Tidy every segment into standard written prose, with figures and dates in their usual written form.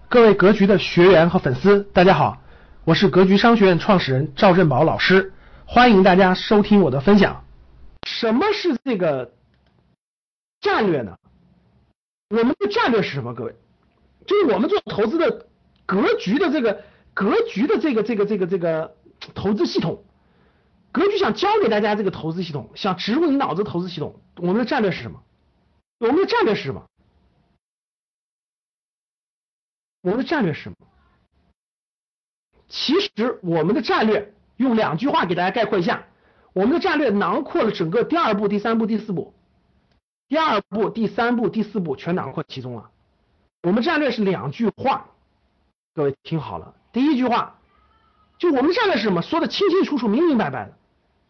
各位格局的学员和粉丝，大家好，我是格局商学院创始人赵振宝老师，欢迎大家收听我的分享。什么是这个战略呢？我们的战略是什么？各位，就是我们做投资的格局的这个投资系统，格局想教给大家这个投资系统，想植入你脑子投资系统，我们的战略是什么？我们的战略是什么？我们的战略是什么？其实我们的战略用2句话给大家概括一下，我们的战略囊括了整个第2步、第3步、第4步，第2步、第3步、第4步全囊括其中了。我们战略是2句话，各位听好了。第一句话，就我们的战略是什么？说的清清楚楚、明明白白的。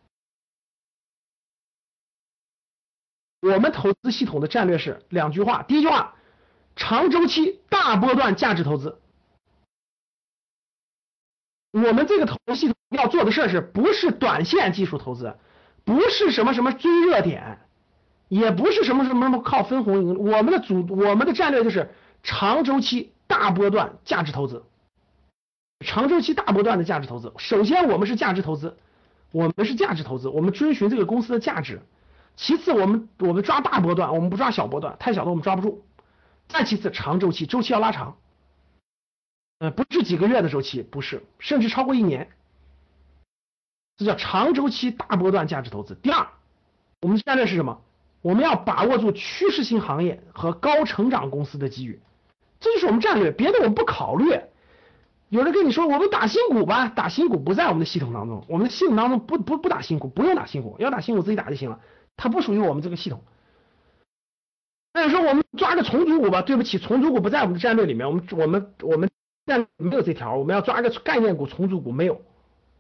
我们投资系统的战略是2句话。第一句话，长周期大波段价值投资。我们这个投资系统要做的事是不是短线技术投资，不是什么什么追热点，也不是什么靠分红赢。我们的战略就是长周期大波段价值投资。长周期大波段的价值投资，首先我们是价值投资，我们遵循这个公司的价值。其次我们抓大波段，我们不抓小波段，太小的我们抓不住。再其次长周期，周期要拉长，不是几个月的周期，不是，甚至超过1年，这叫长周期大波段价值投资。第二，我们的战略是什么？我们要把握住趋势性行业和高成长公司的机遇，这就是我们战略，别的我们不考虑。有人跟你说我们打新股吧，打新股不在我们的系统当中，我们的系统当中不打新股，不用打新股，要打新股自己打就行了，它不属于我们这个系统。那你说我们抓个重组股吧，对不起，重组股不在我们的战略里面，我们战略没有这条，我们要抓个概念股、重组股没有。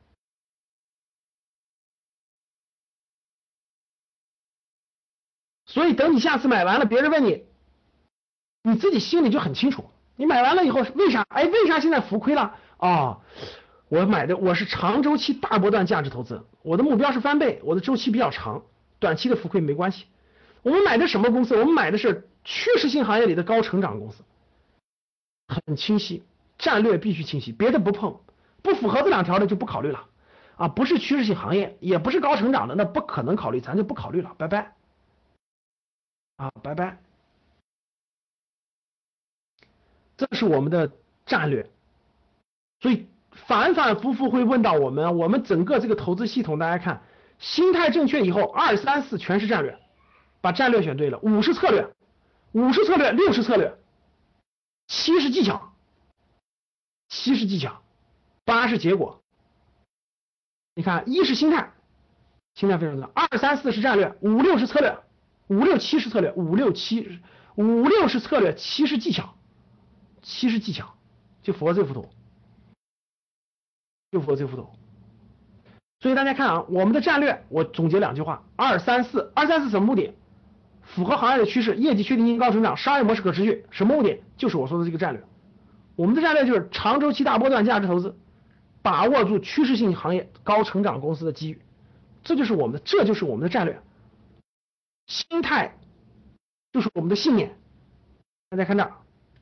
所以等你下次买完了，别人问你，你自己心里就很清楚，你买完了以后为啥现在浮亏了？哦，我是长周期大波段价值投资，我的目标是翻倍，我的周期比较长，短期的浮亏没关系。我们买的什么公司？我们买的是趋势性行业里的高成长公司，很清晰，战略必须清晰，别的不碰，不符合这2条的就不考虑了啊！不是趋势性行业，也不是高成长的，那不可能考虑，咱就不考虑了，拜拜啊，拜拜。这是我们的战略，所以反反复复会问到我们整个这个投资系统，大家看，心态正确以后，2、3、4全是战略。把战略选对了，5是策略，6是策略，7是技巧，8是结果。你看，1是心态非常重要，2、3、4是战略，5、6是策略，5、6、7是策略，5、6是策略，7是技巧，就符合这幅图，所以大家看啊，我们的战略我总结2句话，2、3、4什么目的？符合行业的趋势，业绩确定性高成长，商业模式可持续，什么目的？就是我说的这个战略。我们的战略就是长周期大波段价值投资，把握住趋势性行业高成长公司的机遇，这就是我们的战略。心态就是我们的信念。大家看这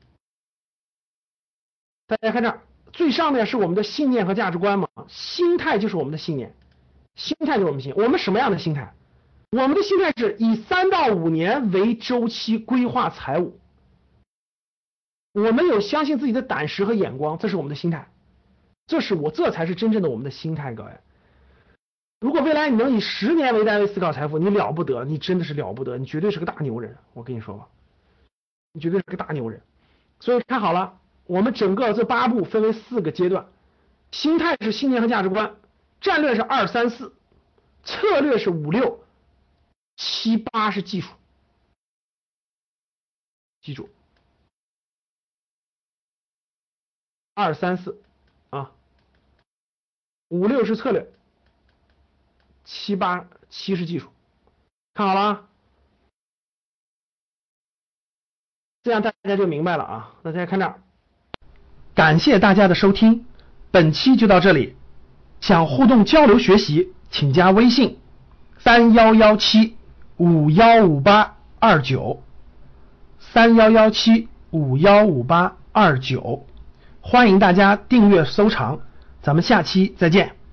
儿，最上面是我们的信念和价值观嘛，心态就是我们的信念，我们什么样的心态？我们的心态是以3到5年为周期规划财务，我们有相信自己的胆识和眼光，这是我们的心态，这才是真正的我们的心态。各位，如果未来你能以10年为单位思考财富，你了不得，你真的是了不得，你绝对是个大牛人，我跟你说吧，你绝对是个大牛人。所以看好了，我们整个这8步分为4个阶段，心态是信念和价值观，战略是2、3、4，策略是5、6。7、8是技术，记住2、3、4啊，5、6是策略，7、8、7是技术，看好了啊，这样大家就明白了啊。那大家看这儿，感谢大家的收听，本期就到这里。想互动交流学习，请加微信3117515829，3117515829。 29，欢迎大家订阅收藏，咱们下期再见。